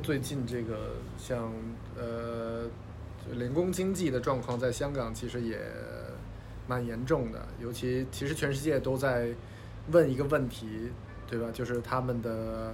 最近这个像零工经济的状况在香港其实也蛮严重的，尤其其实全世界都在问一个问题，对吧？就是他们的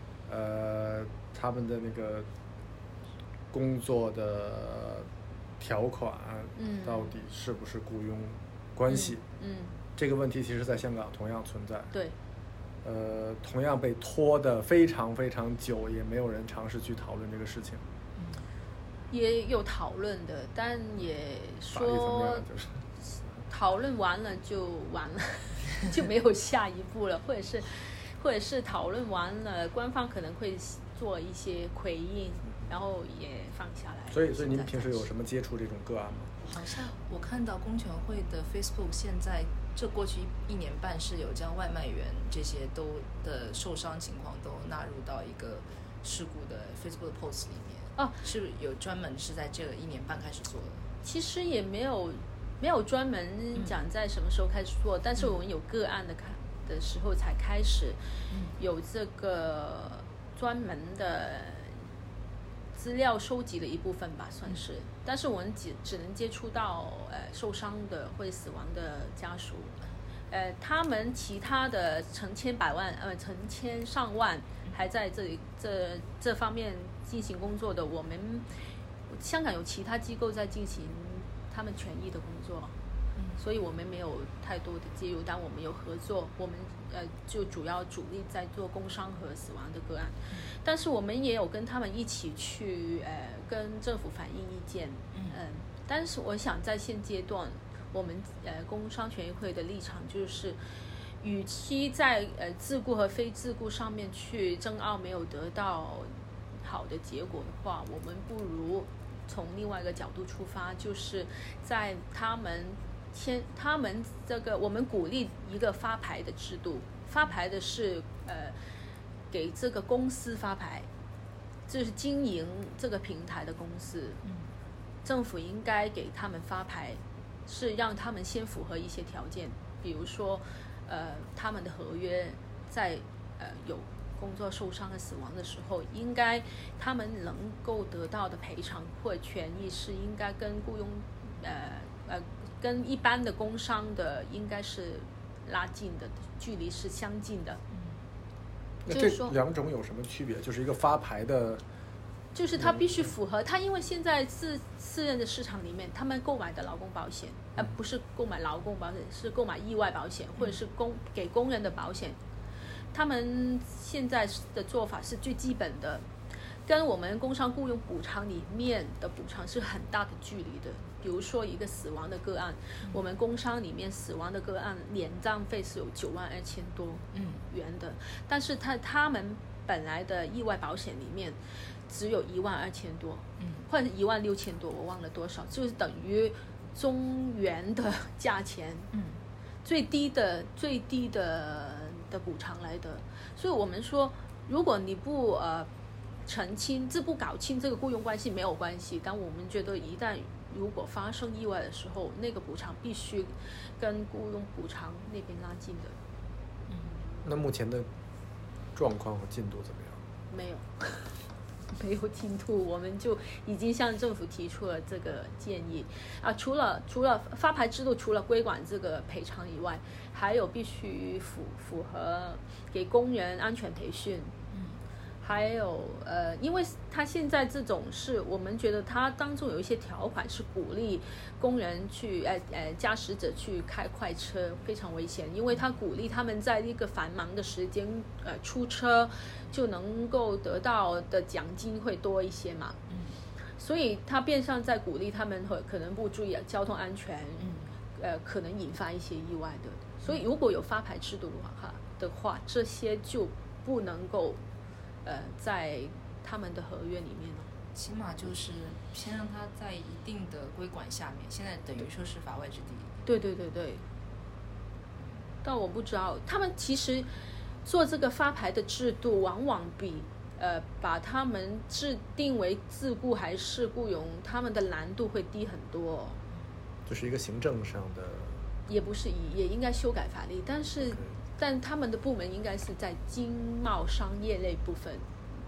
那个工作的条款到底是不是雇佣关系？这个问题其实在香港同样存在。 对。 同样被拖得非常非常久，也没有人尝试去讨论这个事情。 也有讨论的，但也说讨论完了就完了，就没有下一步了，或者是讨论完了，官方可能会做一些回应，然后也放下来。 所以您平时有什么接触这种个案吗？ 好像我看到工权会的 Facebook 现在这过去1年半是有将外卖员这些都的受伤情况都纳入到一个事故的 Facebook post 里面。是有专门是在这1年半开始做的。 其实也没有专门讲在什么时候开始做，但是我们有个案的时候才开始有这个专门的资料收集的一部分吧，算是。但是我们只能接触到受伤的或者死亡的家属，他们其他的成千上万还在这里这方面进行工作的，我们香港有其他机构在进行他们权益的工作，所以我们没有太多的介入，但我们有合作，我们就主力在做工伤和死亡的个案，但是我们也有跟他们一起去跟政府反映意见，但是我想在现阶段，我们工伤权益会的立场就是，与其在自雇和非自雇上面去争拗没有得到好的结果的话，我们不如从另外一个角度出发，就是在他们这个，我们鼓励一个发牌的制度，发牌的是给这个公司发牌，就是经营这个平台的公司，政府应该给他们发牌，是让他们先符合一些条件，比如说他们的合约在有工作受伤和死亡的时候，应该他们能够得到的赔偿或权益是应该跟雇佣跟一般的工伤的应该是拉近的，距离是相近的。 那这两种有什么区别？就是一个发牌的， 就是他必须符合他，因为现在私人的市场里面，他们购买的劳工保险，不是购买劳工保险，是购买意外保险，或者是给工人的保险。他们现在的做法是最基本的，跟我们工伤雇佣补偿里面的补偿是很大的距离的。比如说一个死亡的个案，我们工伤里面死亡的个案连葬费是有92000多元的，但是他们本来的意外保险里面只有12000多，或者16000多，我忘了多少，就是等于中原的价钱，最低的补偿来的。所以我们说，如果你不澄清，不搞清这个雇佣关系没有关系，但我们觉得一旦如果发生意外的时候，那个补偿必须跟雇佣补偿那边拉近的。 那目前的状况和进度怎么样？ 没有没有进度，我们就已经向政府提出了这个建议啊。除了发牌制度，除了规管这个赔偿以外，还有必须符合给工人安全培训。还有因为他现在这种是我们觉得他当中有一些条款是鼓励工人去驾驶者去开快车，非常危险，因为他鼓励他们在一个繁忙的时间出车，就能够得到的奖金会多一些嘛。所以他变相在鼓励他们可能不注意交通安全，可能引发一些意外的。所以如果有发牌制度的话，这些就不能够在他们的合约里面了， 起码就是先让他在一定的规管下面，现在等于说是法外之地。 对。但我不知道，他们其实做这个发牌的制度，往往比把他们制定为自雇还是雇佣，他们的难度会低很多。 就是一个行政上的， 也不是，也应该修改法律，但他们的部门应该是在经贸商业类部分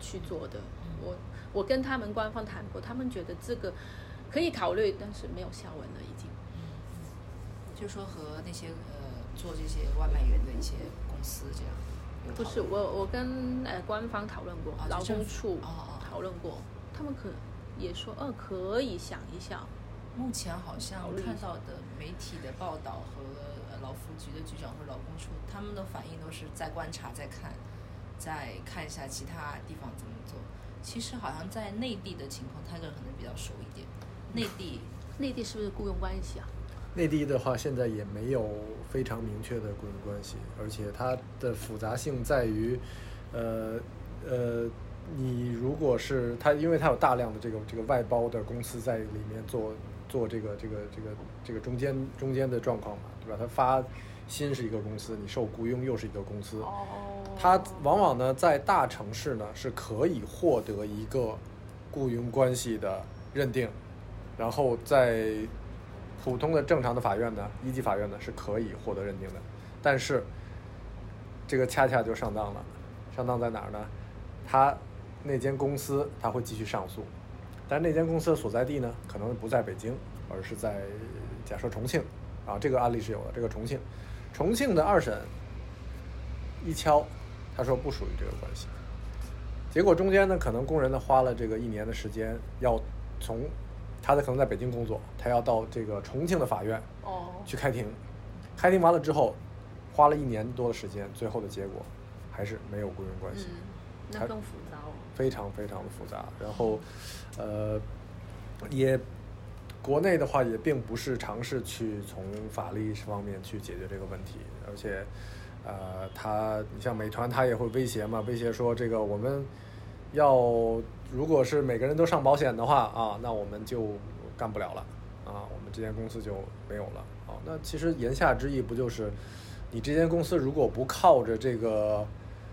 去做的。我跟他们官方谈过，他们觉得这个可以考虑，但是没有下文了已经。 就说和那些做这些外卖员的一些公司这样。 不是我跟官方讨论过，劳工处讨论过，他们也说可以想一想。 目前好像看到的媒体的报道和劳福局的局长或者劳工处，他们的反应都是在观察，再看一下其他地方怎么做。其实好像在内地的情况，他这可能比较熟一点。内地是不是雇佣关系啊？ 内地的话，现在也没有非常明确的雇佣关系，而且它的复杂性在于，你如果是它，因为它有大量的这个外包的公司在里面做这个中间的状况嘛，对吧？它发薪是一个公司，你受雇佣又是一个公司，它往往呢在大城市呢是可以获得一个雇佣关系的认定，然后在普通的正常的法院呢，一级法院呢是可以获得认定的，但是这个恰恰就上当了。上当在哪儿呢？他那间公司他会继续上诉，但是那间公司的所在地呢可能不在北京，而是在假设重庆啊，这个案例是有的。这个重庆的二审一敲，他说不属于这个关系，结果中间呢可能工人呢花了这个1年的时间，要从他可能在北京工作，他要到这个重庆的法院去开庭，开庭完了之后花了1年多的时间，最后的结果还是没有雇佣关系。 那更复杂哦， 非常非常的复杂。然后也国内的话也并不是尝试去从法律方面去解决这个问题，而且你像美团他也会威胁嘛，威胁说这个我们如果是每个人都上保险的话啊，那我们就干不了了啊，我们这间公司就没有了啊。那其实言下之意不就是你这间公司如果不靠着这个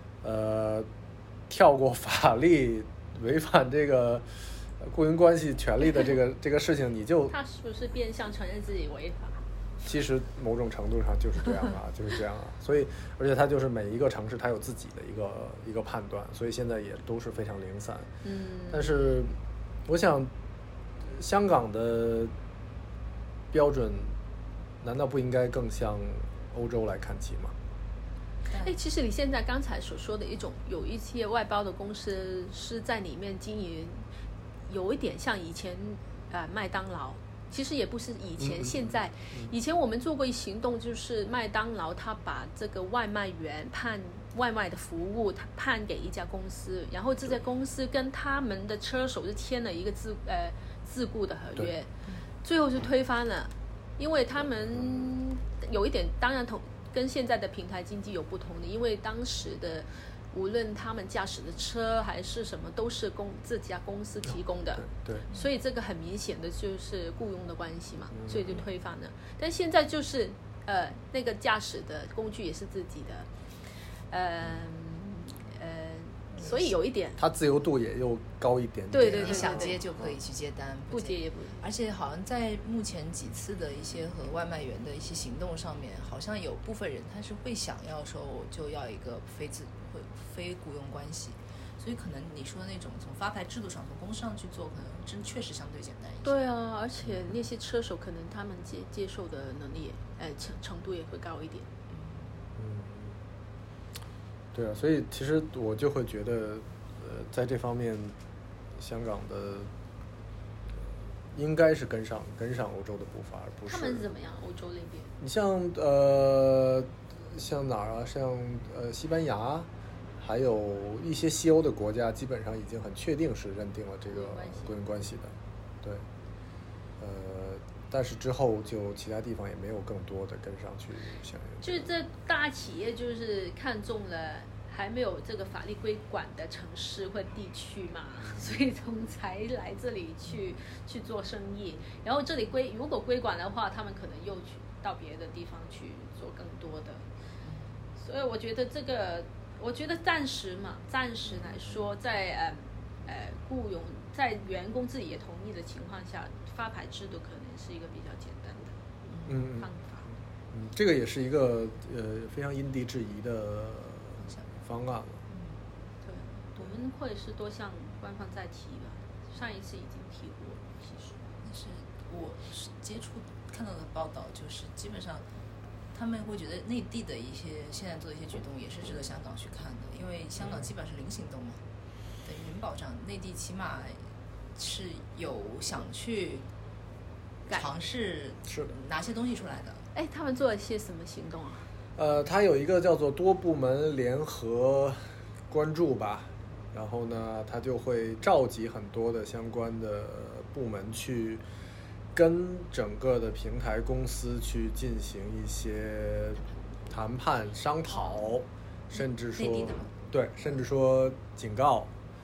跳过法律违反这个雇佣关系权利的这个事情，你就他是不是变相承认自己违法？ 其实某种程度上就是这样啊，就是这样啊。所以，而且它就是每一个城市它有自己的一个判断，所以现在也都是非常零散。但是我想，香港的标准难道不应该更向欧洲来看齐吗？ 其实你现在刚才所说的有一些外包的公司是在里面经营，有一点像以前麦当劳，其实也不是以前，现在以前我们做过一行动，就是麦当劳他把这个外卖员判外卖的服务他判给一家公司，然后这家公司跟他们的车手就签了一个自雇的合约，最后是推翻了，因为他们有一点当然跟现在的平台经济有不同的，因为当时的无论他们驾驶的车还是什么，都是这家公司提供的， 对， 所以这个很明显的就是雇佣的关系嘛，所以就推翻了。但现在就是那个驾驶的工具也是自己的，所以有一点， 它自由度也又高一点点。 对， 你想接就可以去接单， 不接也不。 而且好像在目前几次的一些和外卖员的一些行动上面，好像有部分人他是会想要说我就要一个非雇佣关系，所以可能你说的那种从发牌制度上从工上去做，可能确实相对简单一些。 对啊，而且那些车手可能他们接受的能力程度也会高一点。 对啊，所以其实我就会觉得，在这方面，香港的应该是跟上欧洲的步伐，而不是。 他们是怎么样？欧洲那边？ 你像哪儿啊？像西班牙，还有一些西欧的国家，基本上已经很确定是认定了这个雇佣关系的，对。但是之后就其他地方也没有更多的跟上去响应。 就是这大企业就是看中了还没有这个法律规管的城市或地区嘛，所以才来这里去做生意。然后这里如果规管的话，他们可能又去到别的地方去做更多的。所以我觉得暂时来说，在雇佣在员工自己也同意的情况下，发牌制度可能是一个比较简单的方法。 这个也是一个非常因地制宜的方案了。 对，我们们会是多向官方再提的，上一次已经提过了，其实。 但是我接触看到的报道，就是基本上他们会觉得内地的一些现在做的一些举动也是值得香港去看的，因为香港基本上是零行动嘛，等于零保障，内地起码是有想去尝试拿些东西出来的。 哎，他们做了些什么行动啊？ 它有一个叫做多部门联合关注吧，然后呢，它就会召集很多的相关的部门去跟整个的平台公司去进行一些谈判商讨，甚至说对，甚至说警告。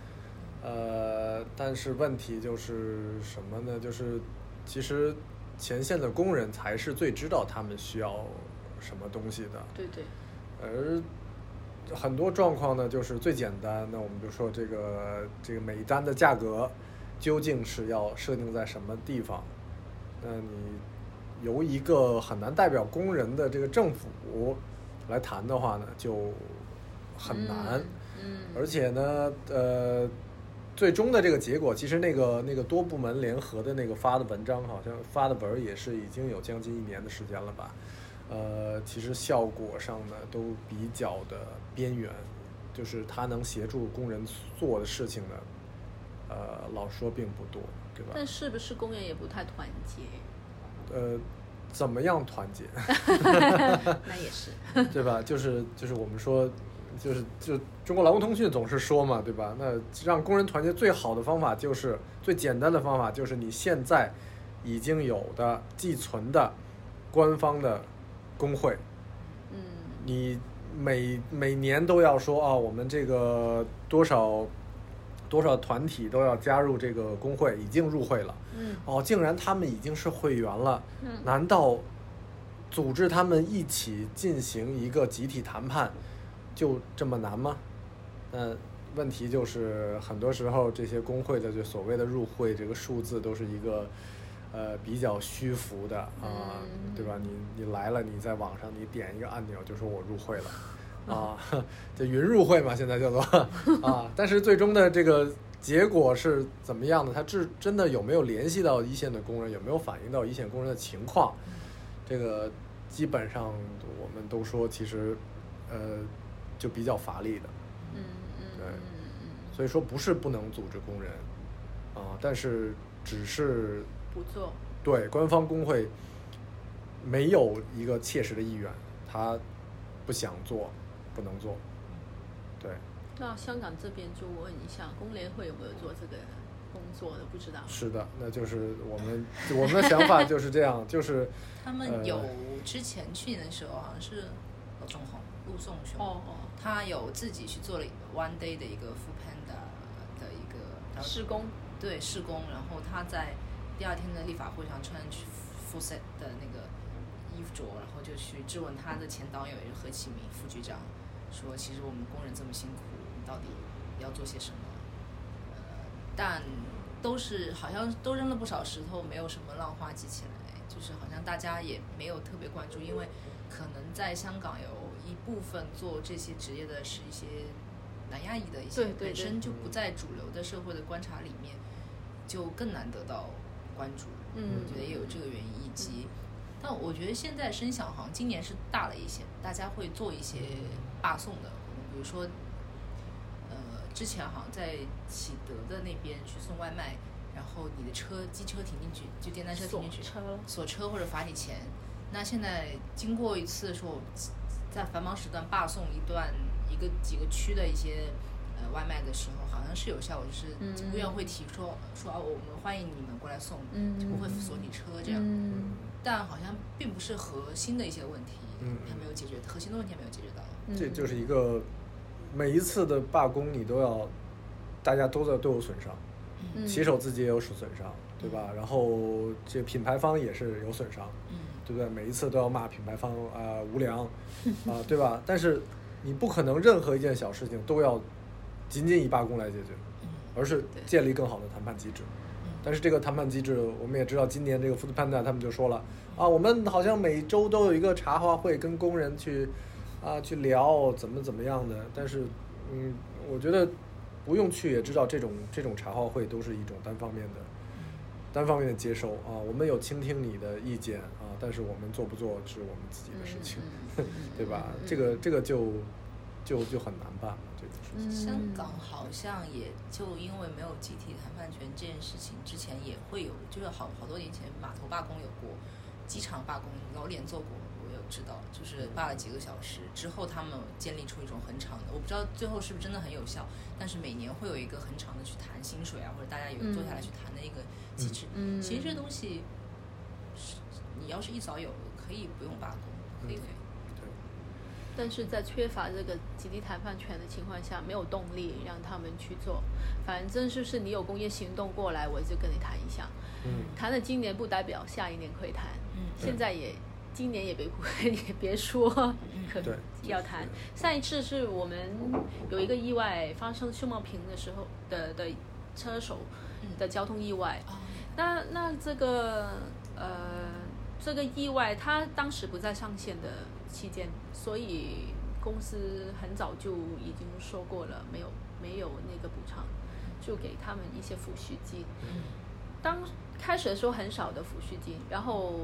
但是问题就是什么呢？就是其实前线的工人才是最知道他们需要什么东西的。 对对。 而很多状况呢，就是最简单，那我们就说这个每一单的价格究竟是要设定在什么地方？那你由一个很难代表工人的这个政府来谈的话呢，就很难。而且呢，最终的这个结果，其实那个多部门联合的那个发的文章，好像发的文也是已经有将近1年的时间了吧。其实效果上呢都比较的边缘，就是他能协助工人做的事情呢，老说并不多，对吧？ 但是不是工人也不太团结？ 怎么样团结？ 那也是， 对吧？就是我们说，就中国劳工通讯总是说嘛，对吧？那让工人团结最好的方法就是最简单的方法，就是你现在已经有的寄存的官方的工会，你每年都要说啊，我们这个多少团体都要加入这个工会，已经入会了。竟然他们已经是会员了。难道组织他们一起进行一个集体谈判就这么难吗？问题就是很多时候这些工会的就所谓的入会这个数字都是一个比较虚浮的啊，对吧？你来了，你在网上你点一个按钮就说我入会了啊，这云入会嘛，现在叫做啊。但是最终的这个结果是怎么样的？它真的有没有联系到一线的工人？有没有反映到一线工人的情况？这个基本上我们都说，其实就比较乏力的。对，所以说不是不能组织工人啊，但是只是不做。 对，官方工会没有一个切实的意愿，他不想做，不能做。对。 那香港这边就问一下，工联会有没有做这个工作的？不知道。 是的，那就是我们的想法就是这样，就是他们有之前去年的时候，好像是陆颂雄，他有自己去做了 One Day 的一个 Foodpanda 的一个施工， 对施工，然后他在第2天的立法会上穿full set 的那个衣服着，然后就去质问他的前党友也是何启明副局长，说其实我们工人这么辛苦，到底要做些什么？但都是好像都扔了不少石头，没有什么浪花激起来，就是好像大家也没有特别关注，因为可能在香港有一部分做这些职业的是一些南亚裔的一些，本身就不在主流的社会的观察里面，就更难得到关注。我觉得也有这个原因，以及但我觉得现在声响好像今年是大了一些，大家会做一些罢送的，比如说之前好像在启德的那边去送外卖，然后你的机车停进去，就电单车停进去锁车或者罚你钱。那现在经过一次说在繁忙时段罢送几个区的一些外卖的时候，好像是有效果，就是务员会提说我们欢迎你们过来送，就不会锁你车这样。但好像并不是核心的一些问题，还没有解决，核心的问题还没有解决到。 这就是一个每一次的罢工，你大家都有损伤，骑手自己也有损伤，对吧？然后这品牌方也是有损伤，对不对？每一次都要骂品牌方无良对吧？但是你不可能任何一件小事情都要仅以罢工来解决，而是建立更好的谈判机制。但是这个谈判机制，我们也知道，今年这个 Foodpanda 他们就说了我们好像每周都有一个茶话会，跟工人去聊怎么样的。但是我觉得不用去也知道这种茶话会都是一种单方面的接收啊，我们有倾听你的意见啊，但是我们做不做是我们自己的事情，对吧？这个就很难办了，这个事情。 香港好像也就因为没有集体谈判权这件事情，之前也会有，就是好多年前码头罢工有过，机场罢工，劳联做过，我有知道，就是罢了几个小时之后，他们建立出一种很长的，我不知道最后是不是真的很有效，但是每年会有一个很长的去谈薪水啊，或者大家有坐下来去谈的一个机制。其实这东西，你要是一早有，可以不用罢工，可以。 但是在缺乏这个集体谈判权的情况下，没有动力让他们去做。反正就是你有工业行动过来，我就跟你谈一下。谈了今年不代表下一年可以谈。现在今年也别说可要谈。上一次是我们有一个意外发生秀茂坪的时候的车手的交通意外。那这个意外，他当时不在上线的期间，所以公司很早就已经说过了，没有那个补偿，就给他们一些抚恤金。当开始的时候很少的抚恤金，然后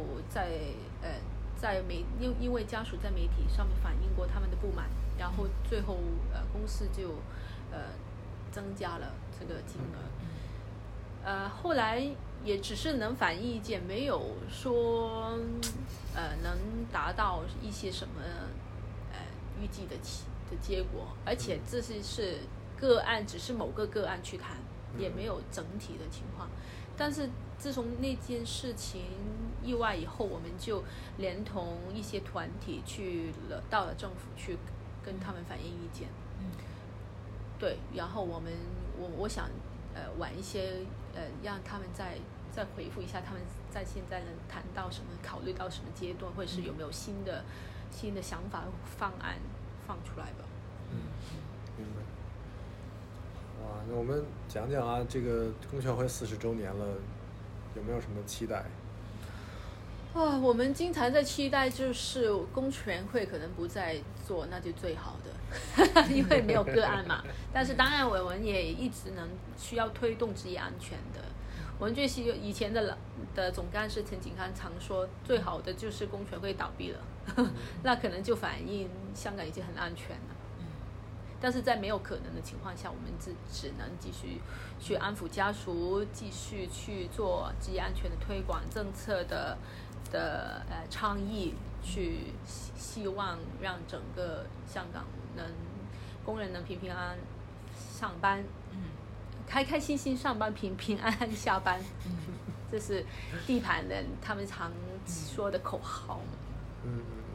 因为家属在媒体上面反映过他们的不满，然后最后公司就增加了这个金额。后来也只是能反映意见，没有说能达到一些什么预计的结果，而且这是个案，只是某个个案去谈，也没有整体的情况。但是自从那件事情意外以后，我们就连同一些团体到了政府去跟他们反映意见。对，然后我想晚一些让他们再回复一下，他们在现在能谈到什么，考虑到什么阶段，或者是有没有新的想法方案放出来吧。 明白。哇，那我们讲讲啊，这个工全会40周年了，有没有什么期待？ 我们经常在期待，就是工全会可能不再做，那就最好的，因为没有个案嘛。但是当然，我们也一直需要推动职业安全的。我们以前的总干事陈景康常说，最好的就是工全会倒闭了，那可能就反映香港已经很安全了。但是在没有可能的情况下，我们只能继续去安抚家属，继续去做职业安全的推广政策的倡议，去希望让整个香港工人能平平安安上班，开开心心上班，平平安安下班。这是地盘人他们常说的口号。